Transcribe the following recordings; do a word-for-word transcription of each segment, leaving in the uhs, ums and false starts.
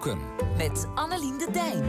Boeken. Met Annelien de Dijn.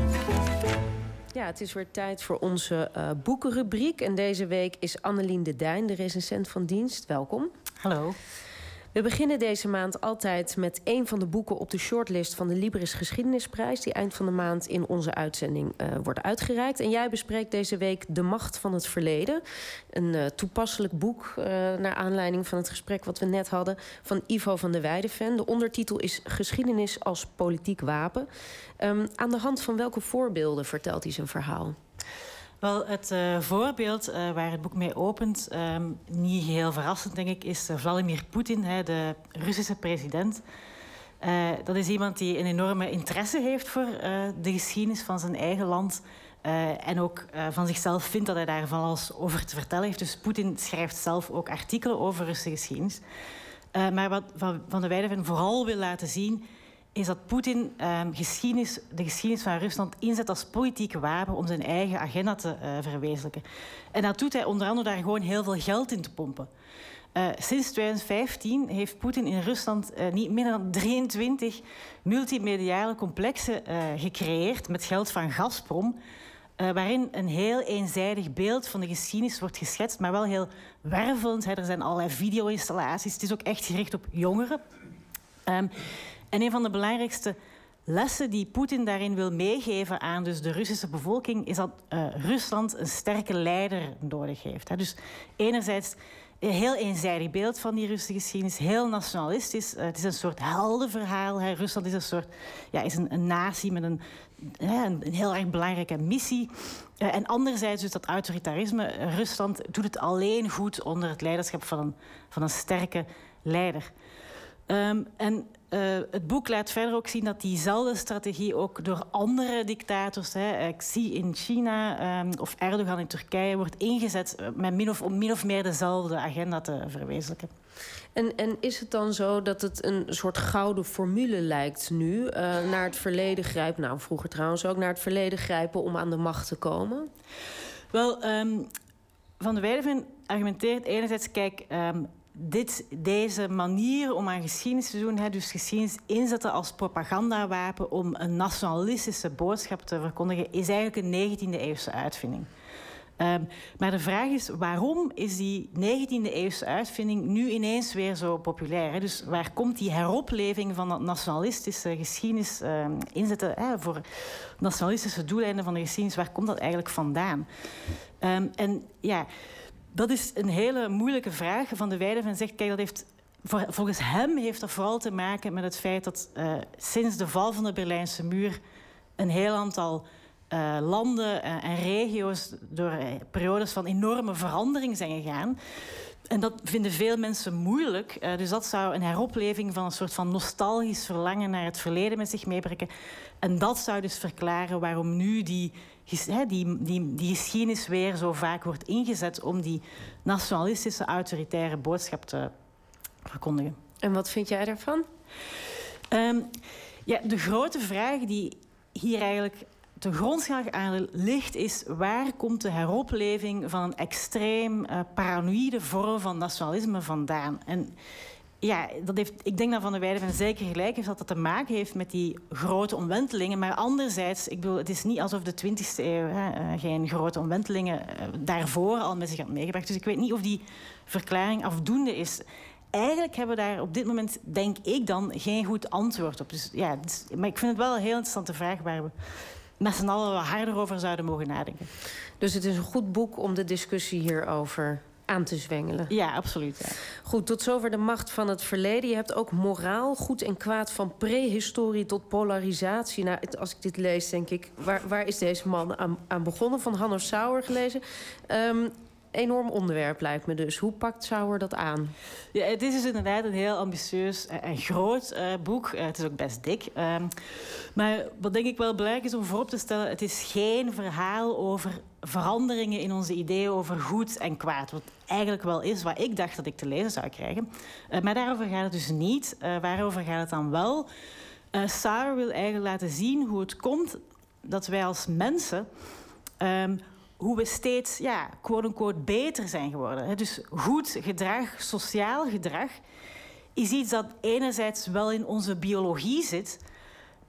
Ja, het is weer tijd voor onze uh, boekenrubriek. En deze week is Annelien de Dijn, de recensent van dienst. Welkom. Hallo. We beginnen deze maand altijd met een van de boeken op de shortlist van de Libris Geschiedenisprijs, die eind van de maand in onze uitzending uh, wordt uitgereikt. En jij bespreekt deze week De Macht van het Verleden. Een uh, toepasselijk boek uh, naar aanleiding van het gesprek wat we net hadden van Ivo van der Weideven. De ondertitel is Geschiedenis als politiek wapen. Um, aan de hand van welke voorbeelden vertelt hij zijn verhaal? Wel, het uh, voorbeeld uh, waar het boek mee opent, um, niet heel verrassend denk ik, is uh, Vladimir Poetin, hè, de Russische president. Uh, dat is iemand die een enorme interesse heeft voor uh, de geschiedenis van zijn eigen land. Uh, en ook uh, van zichzelf vindt dat hij daar van alles over te vertellen heeft. Dus Poetin schrijft zelf ook artikelen over Russische geschiedenis. Uh, maar wat Van, van der Weideven vooral wil laten zien, is dat Poetin eh, geschiedenis, de geschiedenis van Rusland inzet als politiek wapen om zijn eigen agenda te uh, verwezenlijken. En dat doet hij onder andere daar gewoon heel veel geld in te pompen. Uh, sinds twintig vijftien heeft Poetin in Rusland uh, niet minder dan drieëntwintig multimediale complexen uh, gecreëerd met geld van Gazprom, Uh, waarin een heel eenzijdig beeld van de geschiedenis wordt geschetst, maar wel heel wervelend. Hè. Er zijn allerlei video-installaties. Het is ook echt gericht op jongeren. Um, En een van de belangrijkste lessen die Poetin daarin wil meegeven aan dus de Russische bevolking is dat uh, Rusland een sterke leider nodig heeft. Hè. Dus enerzijds een heel eenzijdig beeld van die Russische geschiedenis, heel nationalistisch. Uh, het is een soort heldenverhaal. Hè. Rusland is een soort, ja, is een, een natie met een, ja, een, een heel erg belangrijke missie. Uh, en anderzijds dus dat autoritarisme. Uh, Rusland doet het alleen goed onder het leiderschap van een, van een sterke leider. Um, en uh, het boek laat verder ook zien dat diezelfde strategie ook door andere dictators, hè, Xi in China um, of Erdogan in Turkije, wordt ingezet met min of, om min of meer dezelfde agenda te verwezenlijken. En, en is het dan zo dat het een soort gouden formule lijkt nu, uh, naar het verleden grijpen, nou vroeger trouwens ook, naar het verleden grijpen om aan de macht te komen? Wel, um, Van der Weideven argumenteert enerzijds, kijk, Um, Dit, deze manier om aan geschiedenis te doen, hè, dus geschiedenis inzetten als propagandawapen om een nationalistische boodschap te verkondigen, is eigenlijk een negentiende-eeuwse uitvinding. Um, maar de vraag is, waarom is die negentiende-eeuwse uitvinding nu ineens weer zo populair? Hè? Dus waar komt die heropleving van dat nationalistische geschiedenis um, inzetten hè, voor nationalistische doeleinden van de geschiedenis, waar komt dat eigenlijk vandaan? Um, en ja... Dat is een hele moeilijke vraag. Van der Weideven zegt, kijk, dat heeft, volgens hem heeft dat vooral te maken met het feit dat uh, sinds de val van de Berlijnse muur een heel aantal uh, landen uh, en regio's door uh, periodes van enorme verandering zijn gegaan. En dat vinden veel mensen moeilijk. Uh, dus dat zou een heropleving van een soort van nostalgisch verlangen naar het verleden met zich meebrengen. En dat zou dus verklaren waarom nu die, die, die, die geschiedenis weer zo vaak wordt ingezet om die nationalistische, autoritaire boodschap te verkondigen. En wat vind jij daarvan? Um, ja, de grote vraag die hier eigenlijk ten grondslag aan ligt, is waar komt de heropleving van een extreem uh, paranoïde vorm van nationalisme vandaan? En ja, dat heeft, ik denk dat Van der Weideven zeker gelijk heeft dat dat te maken heeft met die grote omwentelingen. Maar anderzijds, ik bedoel, het is niet alsof de twintigste eeuw hè, geen grote omwentelingen uh, daarvoor al met zich had meegebracht. Dus ik weet niet of die verklaring afdoende is. Eigenlijk hebben we daar op dit moment, denk ik dan, geen goed antwoord op. Dus, ja, dus, maar ik vind het wel een heel interessante vraag waar we met z'n allen wat harder over zouden mogen nadenken. Dus het is een goed boek om de discussie hierover aan te zwengelen. Ja, absoluut. Ja. Goed, tot zover De Macht van het Verleden. Je hebt ook Moraal, goed en kwaad van prehistorie tot polarisatie. Nou, als ik dit lees, denk ik, waar, waar is deze man aan, aan begonnen? Van Hanno Sauer gelezen. Um, Enorm onderwerp lijkt me dus. Hoe pakt Sauer dat aan? Ja, het is dus inderdaad een heel ambitieus en groot uh, boek. Uh, het is ook best dik. Um, maar wat denk ik wel belangrijk is om voorop te stellen, het is geen verhaal over veranderingen in onze ideeën over goed en kwaad. Wat eigenlijk wel is wat ik dacht dat ik te lezen zou krijgen. Uh, maar daarover gaat het dus niet. Uh, waarover gaat het dan wel? Uh, Sauer wil eigenlijk laten zien hoe het komt dat wij als mensen Um, hoe we steeds, ja, quote-unquote, beter zijn geworden. Dus goed gedrag, sociaal gedrag, is iets dat enerzijds wel in onze biologie zit,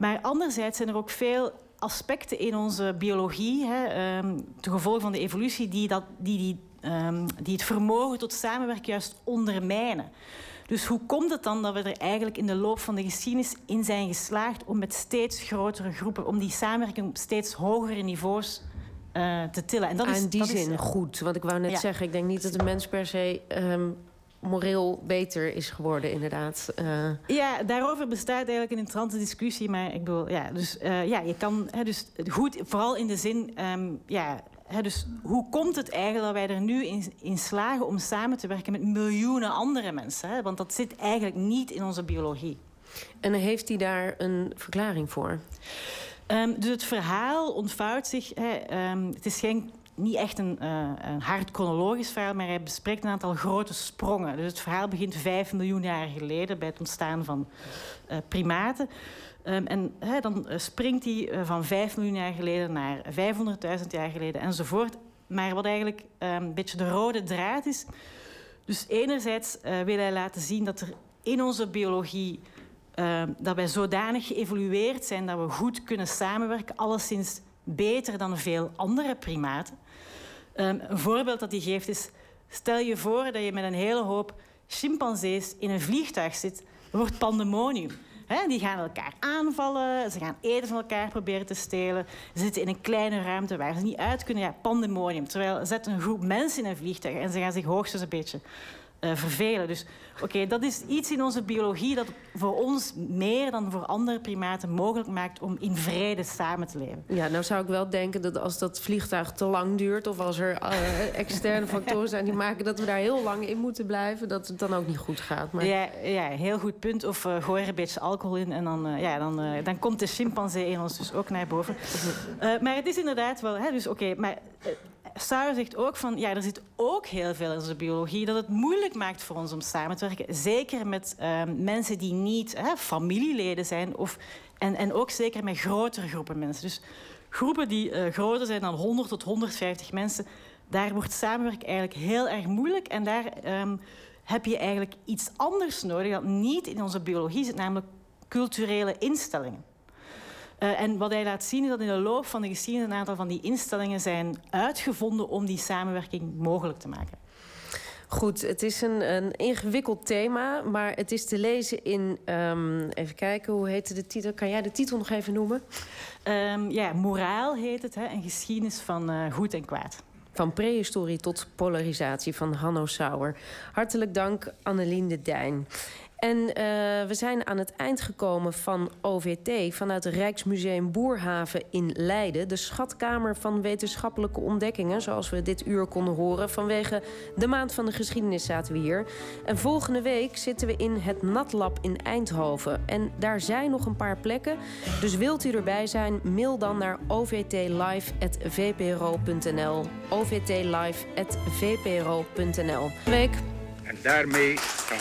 Maar anderzijds zijn er ook veel aspecten in onze biologie, hè, um, ten gevolge van de evolutie, die, dat, die, die, um, die het vermogen tot samenwerken juist ondermijnen. Dus hoe komt het dan dat we er eigenlijk in de loop van de geschiedenis in zijn geslaagd om met steeds grotere groepen, om die samenwerking op steeds hogere niveaus uh, te tillen? En dat ah, is, in die dat zin is, goed, want ik wou net ja. zeggen, ik denk niet dat de mens per se um, moreel beter is geworden, inderdaad. Uh... Ja, daarover bestaat eigenlijk een interessante discussie, maar ik bedoel, ja, dus uh, ja, je kan, hè, dus goed, vooral in de zin, um, ja. He, dus hoe komt het eigenlijk dat wij er nu in, in slagen om samen te werken met miljoenen andere mensen? Hè? Want dat zit eigenlijk niet in onze biologie. En heeft hij daar een verklaring voor? Um, dus het verhaal ontvouwt zich. Hè, um, het is geen, niet echt een, uh, een hard chronologisch verhaal, maar hij bespreekt een aantal grote sprongen. Dus het verhaal begint vijf miljoen jaar geleden bij het ontstaan van uh, primaten. Um, en he, dan springt hij uh, van vijf miljoen jaar geleden naar vijfhonderdduizend jaar geleden enzovoort. Maar wat eigenlijk um, een beetje de rode draad is. Dus enerzijds uh, wil hij laten zien dat er in onze biologie uh, dat wij zodanig geëvolueerd zijn dat we goed kunnen samenwerken, alleszins beter dan veel andere primaten. Um, een voorbeeld dat hij geeft is, stel je voor dat je met een hele hoop chimpansees in een vliegtuig zit, er wordt pandemonium. He, die gaan elkaar aanvallen, ze gaan eten van elkaar proberen te stelen. Ze zitten in een kleine ruimte waar ze niet uit kunnen. Ja, pandemonium. Terwijl zet een groep mensen in een vliegtuig en ze gaan zich hoogstens een beetje uh, vervelen. Dus oké, okay, dat is iets in onze biologie dat voor ons meer dan voor andere primaten mogelijk maakt om in vrede samen te leven. Ja, nou zou ik wel denken dat als dat vliegtuig te lang duurt of als er uh, externe factoren zijn die maken dat we daar heel lang in moeten blijven, dat het dan ook niet goed gaat. Maar... Ja, ja, heel goed punt. Of uh, gooi er een beetje alcohol in en dan, uh, ja, dan, uh, dan komt de chimpansee in ons dus ook naar boven. Uh, maar het is inderdaad wel, hè, dus oké, okay, maar uh, Sauer zegt ook van, ja, er zit ook heel veel in onze biologie dat het moeilijk maakt voor ons om samen te werken. Zeker met uh, mensen die niet hè, familieleden zijn. Of, en, en ook zeker met grotere groepen mensen. Dus groepen die uh, groter zijn dan honderd tot honderdvijftig mensen, daar wordt samenwerken eigenlijk heel erg moeilijk. En daar um, heb je eigenlijk iets anders nodig dat niet in onze biologie zit, namelijk culturele instellingen. Uh, en wat hij laat zien is dat in de loop van de geschiedenis een aantal van die instellingen zijn uitgevonden om die samenwerking mogelijk te maken. Goed, het is een, een ingewikkeld thema, maar het is te lezen in... Um, even kijken, hoe heette de titel? Kan jij de titel nog even noemen? Um, ja, Moraal heet het, hè, een geschiedenis van uh, goed en kwaad. Van prehistorie tot polarisatie van Hanno Sauer. Hartelijk dank, Annelien de Dijn. En uh, we zijn aan het eind gekomen van O V T... vanuit het Rijksmuseum Boerhaven in Leiden. De schatkamer van wetenschappelijke ontdekkingen... zoals we dit uur konden horen. Vanwege de Maand van de Geschiedenis zaten we hier. En volgende week zitten we in het Natlab in Eindhoven. En daar zijn nog een paar plekken. Dus wilt u erbij zijn, mail dan naar o v t live at v p r o punt n l. o v t live at v p r o punt n l. Week. En daarmee kan